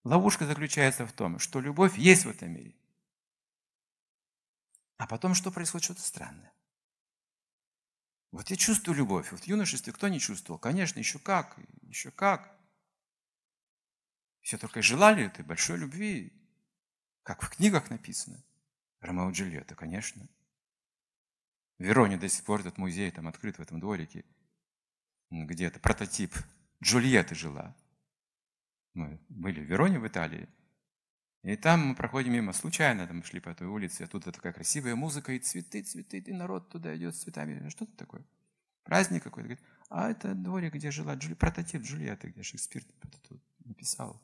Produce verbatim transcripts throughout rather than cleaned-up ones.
Ловушка заключается в том, что любовь есть в этом мире. А потом что происходит? Что-то странное. Вот я чувствую любовь. Вот в юношестве кто не чувствовал? Конечно, еще как, еще как. Все только желали этой большой любви, как в книгах написано. Ромео и Джульетта, конечно. В Вероне до сих пор этот музей там открыт в этом дворике, где это прототип Джульетты жила. Мы были в Вероне, в Италии, и там мы проходим мимо, случайно там шли по этой улице, а тут такая красивая музыка, и цветы, цветы, и народ туда идет с цветами. Что это такое? Праздник какой-то. Говорит, а это дворик, где жила Джули... прототип Джульетты, где Шекспир тут написал.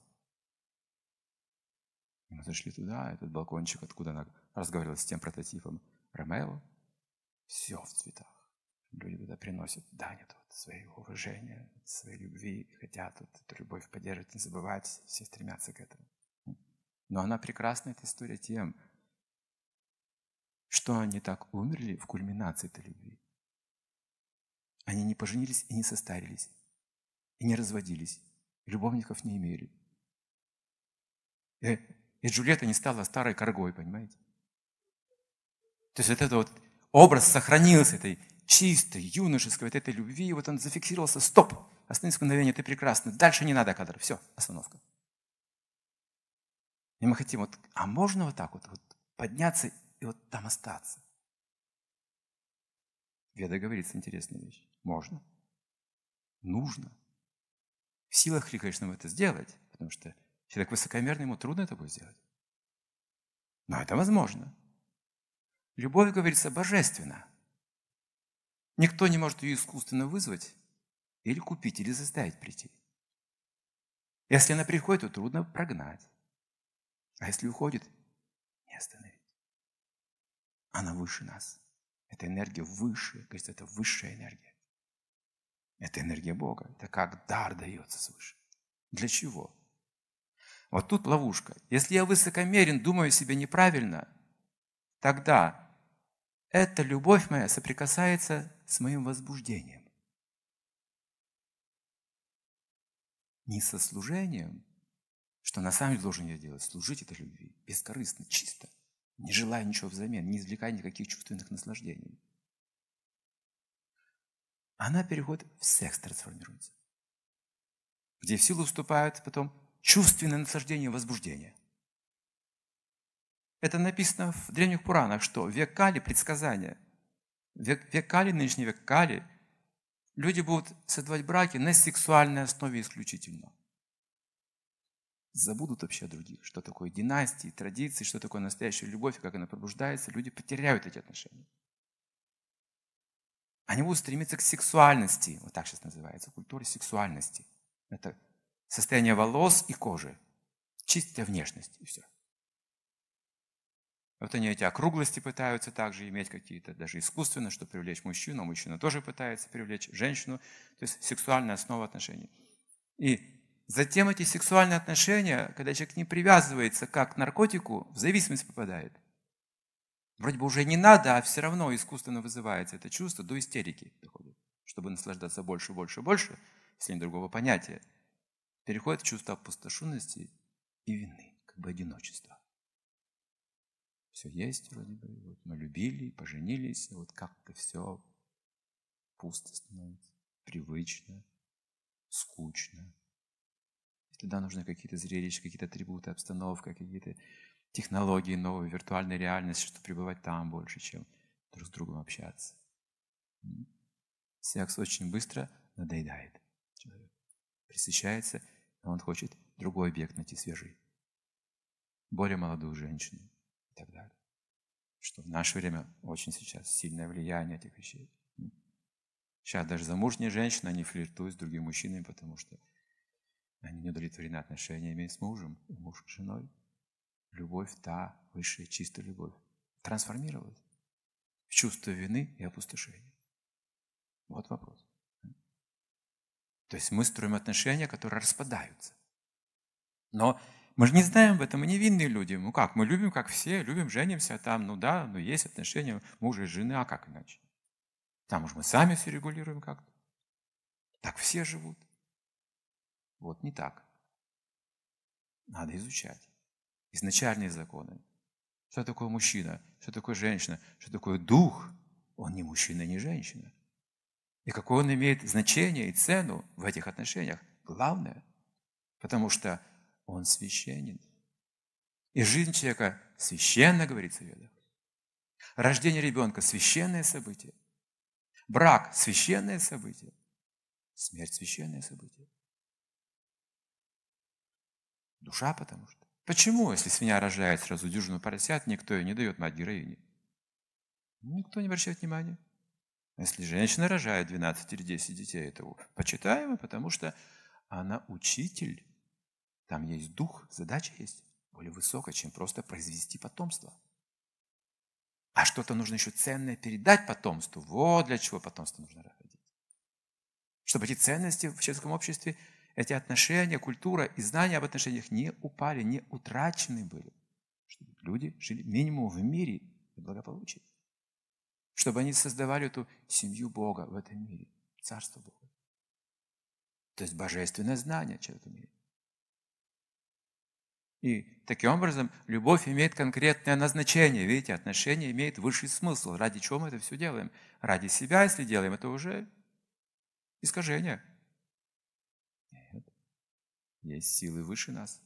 Мы зашли туда, этот балкончик, откуда она разговаривала с тем прототипом Ромео. Все в цветах. Люди туда приносят, данят вот свои уважения, своей любви, хотят вот эту любовь поддерживать, не забывать, все стремятся к этому. Но она прекрасна, эта история, тем, что они так умерли в кульминации этой любви. Они не поженились и не состарились, и не разводились, и любовников не имели. И, и Джульетта не стала старой коргой, понимаете? То есть вот этот вот образ сохранился, этой чистой, юношеской, вот этой любви, вот он зафиксировался, стоп, остановись мгновение, ты прекрасна, дальше не надо кадр, все, остановка. И мы хотим, вот, а можно вот так вот, вот подняться и вот там остаться? Веда говорится интересная вещь. Можно. Нужно. В силах ли, конечно, это сделать, потому что человек высокомерный, ему трудно это будет сделать. Но это возможно. Любовь, говорится, божественна. Никто не может ее искусственно вызвать или купить, или заставить прийти. Если она приходит, то трудно прогнать. А если уходит, не остановить. Она выше нас. Эта энергия выше, говорится, это высшая энергия. Это энергия Бога. Это как дар дается свыше. Для чего? Вот тут ловушка. Если я высокомерен, думаю себе неправильно, тогда эта любовь моя соприкасается с моим возбуждением. Не со служением, что на самом деле должен я делать, служить этой любви, бескорыстно, чисто, не желая ничего взамен, не извлекая никаких чувственных наслаждений. Она переходит в секс, трансформируется, где в силу вступают потом чувственное наслаждение и возбуждение. Это написано в древних Пуранах, что век Кали – предсказание. Век, век Кали, нынешний век Кали, люди будут создавать браки на сексуальной основе исключительно. Забудут вообще о других, что такое династии, традиции, что такое настоящая любовь, как она пробуждается. Люди потеряют эти отношения. Они будут стремиться к сексуальности, вот так сейчас называется, культура сексуальности. Это состояние волос и кожи, чистая внешность и все. Вот они эти округлости пытаются также иметь какие-то, даже искусственно, чтобы привлечь мужчину, а мужчина тоже пытается привлечь женщину, то есть сексуальная основа отношений. И затем эти сексуальные отношения, когда человек к ним привязывается как к наркотику, в зависимость попадает. Вроде бы уже не надо, а все равно искусственно вызывается это чувство, до истерики доходит, чтобы наслаждаться больше, больше, больше, если нет другого понятия. Переходит в чувство опустошенности и вины, как бы одиночества. Все есть вроде бы, вот мы любили, поженились, и вот как-то все пусто становится, привычно, скучно. И тогда нужны какие-то зрелища, какие-то атрибуты, обстановка, какие-то технологии новые, виртуальная реальность, чтобы пребывать там больше, чем друг с другом общаться. Секс очень быстро надоедает человеку, пресыщается, и он хочет другой объект найти, свежий, более молодую женщину и так далее. Что в наше время очень сейчас сильное влияние этих вещей. Сейчас даже замужние женщины, они флиртуют с другими мужчинами, потому что они не удовлетворены отношениями с мужем, и муж с женой. Любовь, та высшая, чистая любовь, трансформировалась в чувство вины и опустошения. Вот вопрос. То есть мы строим отношения, которые распадаются. Но мы же не знаем об этом, мы невинные люди. Ну как, мы любим, как все, любим, женимся там, ну да, но есть отношения мужа и жены, а как иначе? Там уж мы сами все регулируем как-то. Так все живут. Вот не так. надо изучать. Изначальные законы. Что такое мужчина? Что такое женщина? Что такое дух? Он не мужчина, не женщина. И какое он имеет значение и цену в этих отношениях? Главное, потому что он священен. И жизнь человека священна, говорится в Ведах. Рождение ребенка – священное событие. Брак – священное событие. Смерть – священное событие. Душа потому что. Почему, если свинья рожает сразу дюжину поросят, никто ее не дает мать героине? Никто не обращает внимания. Если женщина рожает двенадцать или десять детей, это почитаемо, потому что она учитель. Там есть дух, задача есть более высокая, чем просто произвести потомство. А что-то нужно еще ценное передать потомству. Вот для чего потомство нужно родить. Чтобы эти ценности в человеческом обществе, эти отношения, культура и знания об отношениях не упали, не утрачены были. Чтобы люди жили минимум в мире и благополучии. Чтобы они создавали эту семью Бога в этом мире, Царство Бога. То есть божественное знание в этом мире. И таким образом любовь имеет конкретное назначение. Видите, отношения имеют высший смысл. Ради чего мы это все делаем? Ради себя, если делаем, это уже искажение. Нет. Есть силы выше нас.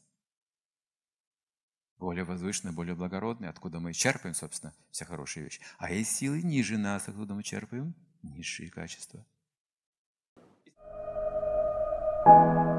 Более возвышенные, более благородные, откуда мы черпаем, собственно, все хорошие вещи. А есть силы ниже нас, откуда мы черпаем низшие качества.